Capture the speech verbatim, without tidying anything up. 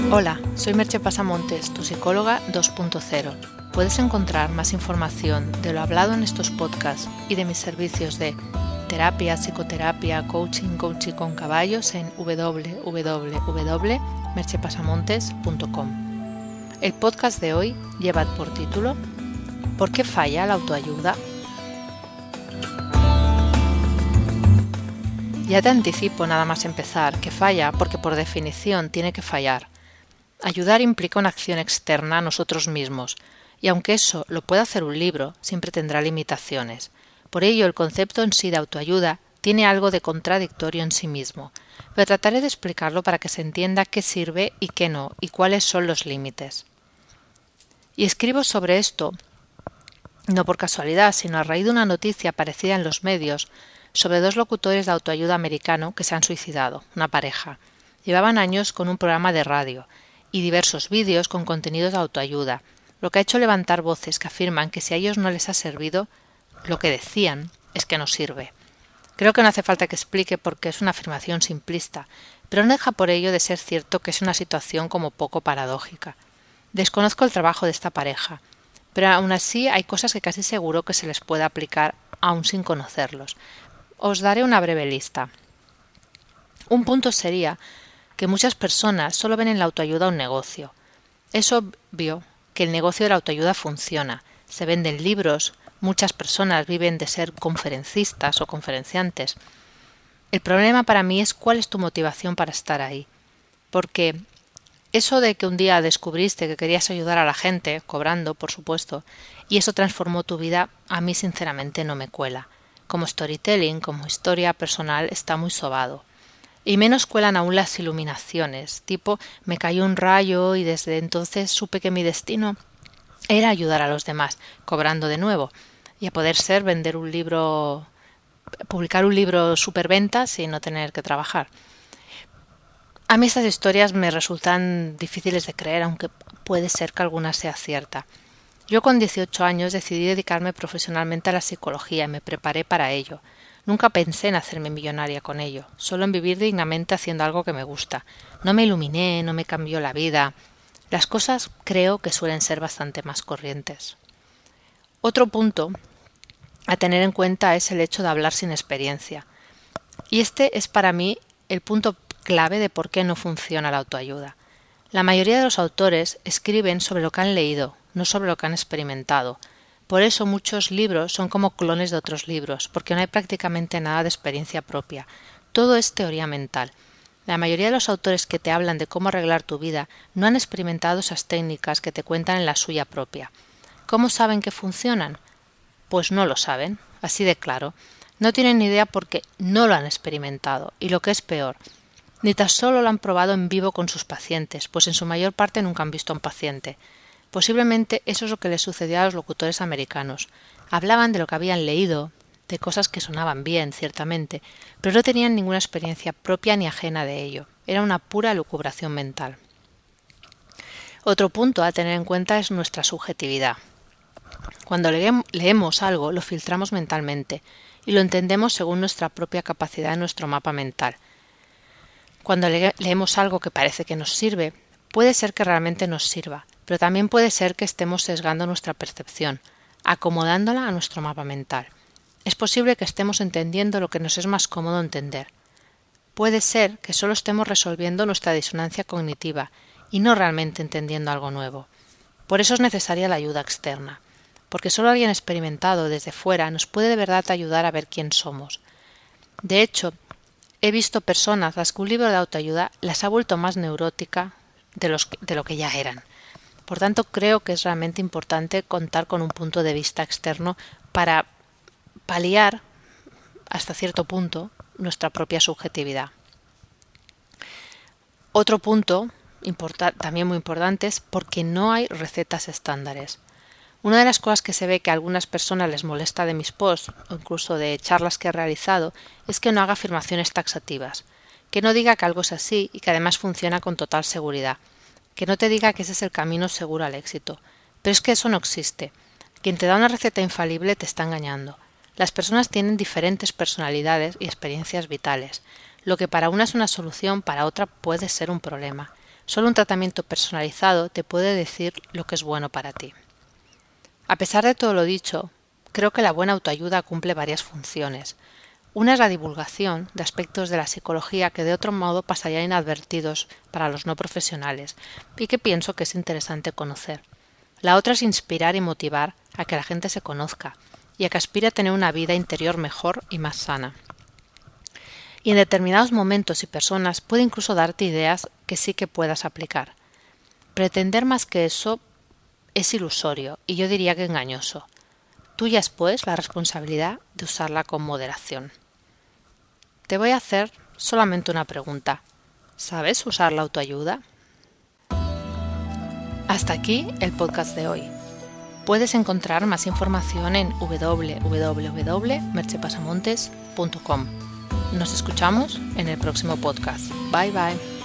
Hola, soy Merche Pasamontes, tu psicóloga dos punto cero. Puedes encontrar más información de lo hablado en estos podcasts y de mis servicios de terapia, psicoterapia, coaching, coaching con caballos en w w w punto merche pasamontes punto com. El podcast de hoy lleva por título ¿Por qué falla la autoayuda? Ya te anticipo nada más empezar que falla porque por definición tiene que fallar. Ayudar implica una acción externa a nosotros mismos, y aunque eso lo pueda hacer un libro, siempre tendrá limitaciones. Por ello, el concepto en sí de autoayuda tiene algo de contradictorio en sí mismo, pero trataré de explicarlo para que se entienda qué sirve y qué no, y cuáles son los límites. Y escribo sobre esto, no por casualidad, sino a raíz de una noticia aparecida en los medios sobre dos locutores de autoayuda americano que se han suicidado, una pareja. Llevaban años con un programa de radio y diversos vídeos con contenidos de autoayuda, lo que ha hecho levantar voces que afirman que si a ellos no les ha servido, lo que decían es que no sirve. Creo que no hace falta que explique porque es una afirmación simplista, pero no deja por ello de ser cierto que es una situación como poco paradójica. Desconozco el trabajo de esta pareja, pero aún así hay cosas que casi seguro que se les puede aplicar aún sin conocerlos. Os daré una breve lista. Un punto sería que muchas personas solo ven en la autoayuda un negocio. Es obvio que el negocio de la autoayuda funciona. Se venden libros, muchas personas viven de ser conferencistas o conferenciantes. El problema para mí es cuál es tu motivación para estar ahí. Porque eso de que un día descubriste que querías ayudar a la gente, cobrando, por supuesto, y eso transformó tu vida, a mí sinceramente no me cuela. Como storytelling, como historia personal, está muy sobado. Y menos cuelan aún las iluminaciones, tipo me cayó un rayo y desde entonces supe que mi destino era ayudar a los demás, cobrando de nuevo, y a poder ser vender un libro, publicar un libro superventas y no tener que trabajar. A mí estas historias me resultan difíciles de creer, aunque puede ser que alguna sea cierta. Yo con dieciocho años decidí dedicarme profesionalmente a la psicología y me preparé para ello. Nunca pensé en hacerme millonaria con ello, solo en vivir dignamente haciendo algo que me gusta. No me iluminé, no me cambió la vida. Las cosas creo que suelen ser bastante más corrientes. Otro punto a tener en cuenta es el hecho de hablar sin experiencia. Y este es para mí el punto clave de por qué no funciona la autoayuda. La mayoría de los autores escriben sobre lo que han leído, no sobre lo que han experimentado. Por eso muchos libros son como clones de otros libros, porque no hay prácticamente nada de experiencia propia. Todo es teoría mental. La mayoría de los autores que te hablan de cómo arreglar tu vida no han experimentado esas técnicas que te cuentan en la suya propia. ¿Cómo saben que funcionan? Pues no lo saben, así de claro. No tienen ni idea porque no lo han experimentado, y lo que es peor, ni tan solo lo han probado en vivo con sus pacientes, pues en su mayor parte nunca han visto a un paciente. Posiblemente eso es lo que les sucedió a los locutores americanos. Hablaban de lo que habían leído, de cosas que sonaban bien, ciertamente, pero no tenían ninguna experiencia propia ni ajena de ello. Era una pura lucubración mental. Otro punto a tener en cuenta es nuestra subjetividad. Cuando le- leemos algo, lo filtramos mentalmente y lo entendemos según nuestra propia capacidad en nuestro mapa mental. Cuando le- leemos algo que parece que nos sirve, puede ser que realmente nos sirva, pero también puede ser que estemos sesgando nuestra percepción, acomodándola a nuestro mapa mental. Es posible que estemos entendiendo lo que nos es más cómodo entender. Puede ser que solo estemos resolviendo nuestra disonancia cognitiva y no realmente entendiendo algo nuevo. Por eso es necesaria la ayuda externa, porque solo alguien experimentado desde fuera nos puede de verdad ayudar a ver quién somos. De hecho, he visto personas a las que un libro de autoayuda las ha vuelto más neurótica de, los, de lo que ya eran. Por tanto, creo que es realmente importante contar con un punto de vista externo para paliar, hasta cierto punto, nuestra propia subjetividad. Otro punto importa, también muy importante es porque no hay recetas estándares. Una de las cosas que se ve que a algunas personas les molesta de mis posts o incluso de charlas que he realizado es que no haga afirmaciones taxativas, que no diga que algo es así y que además funciona con total seguridad, que no te diga que ese es el camino seguro al éxito. Pero es que eso no existe. Quien te da una receta infalible te está engañando. Las personas tienen diferentes personalidades y experiencias vitales. Lo que para una es una solución, para otra puede ser un problema. Solo un tratamiento personalizado te puede decir lo que es bueno para ti. A pesar de todo lo dicho, creo que la buena autoayuda cumple varias funciones. Una es la divulgación de aspectos de la psicología que de otro modo pasarían inadvertidos para los no profesionales y que pienso que es interesante conocer. La otra es inspirar y motivar a que la gente se conozca y a que aspire a tener una vida interior mejor y más sana. Y en determinados momentos y personas puede incluso darte ideas que sí que puedas aplicar. Pretender más que eso es ilusorio y yo diría que engañoso. Tuya es, pues, la responsabilidad de usarla con moderación. Te voy a hacer solamente una pregunta. ¿Sabes usar la autoayuda? Hasta aquí el podcast de hoy. Puedes encontrar más información en w w w punto merche pasamontes punto com. Nos escuchamos en el próximo podcast. Bye bye.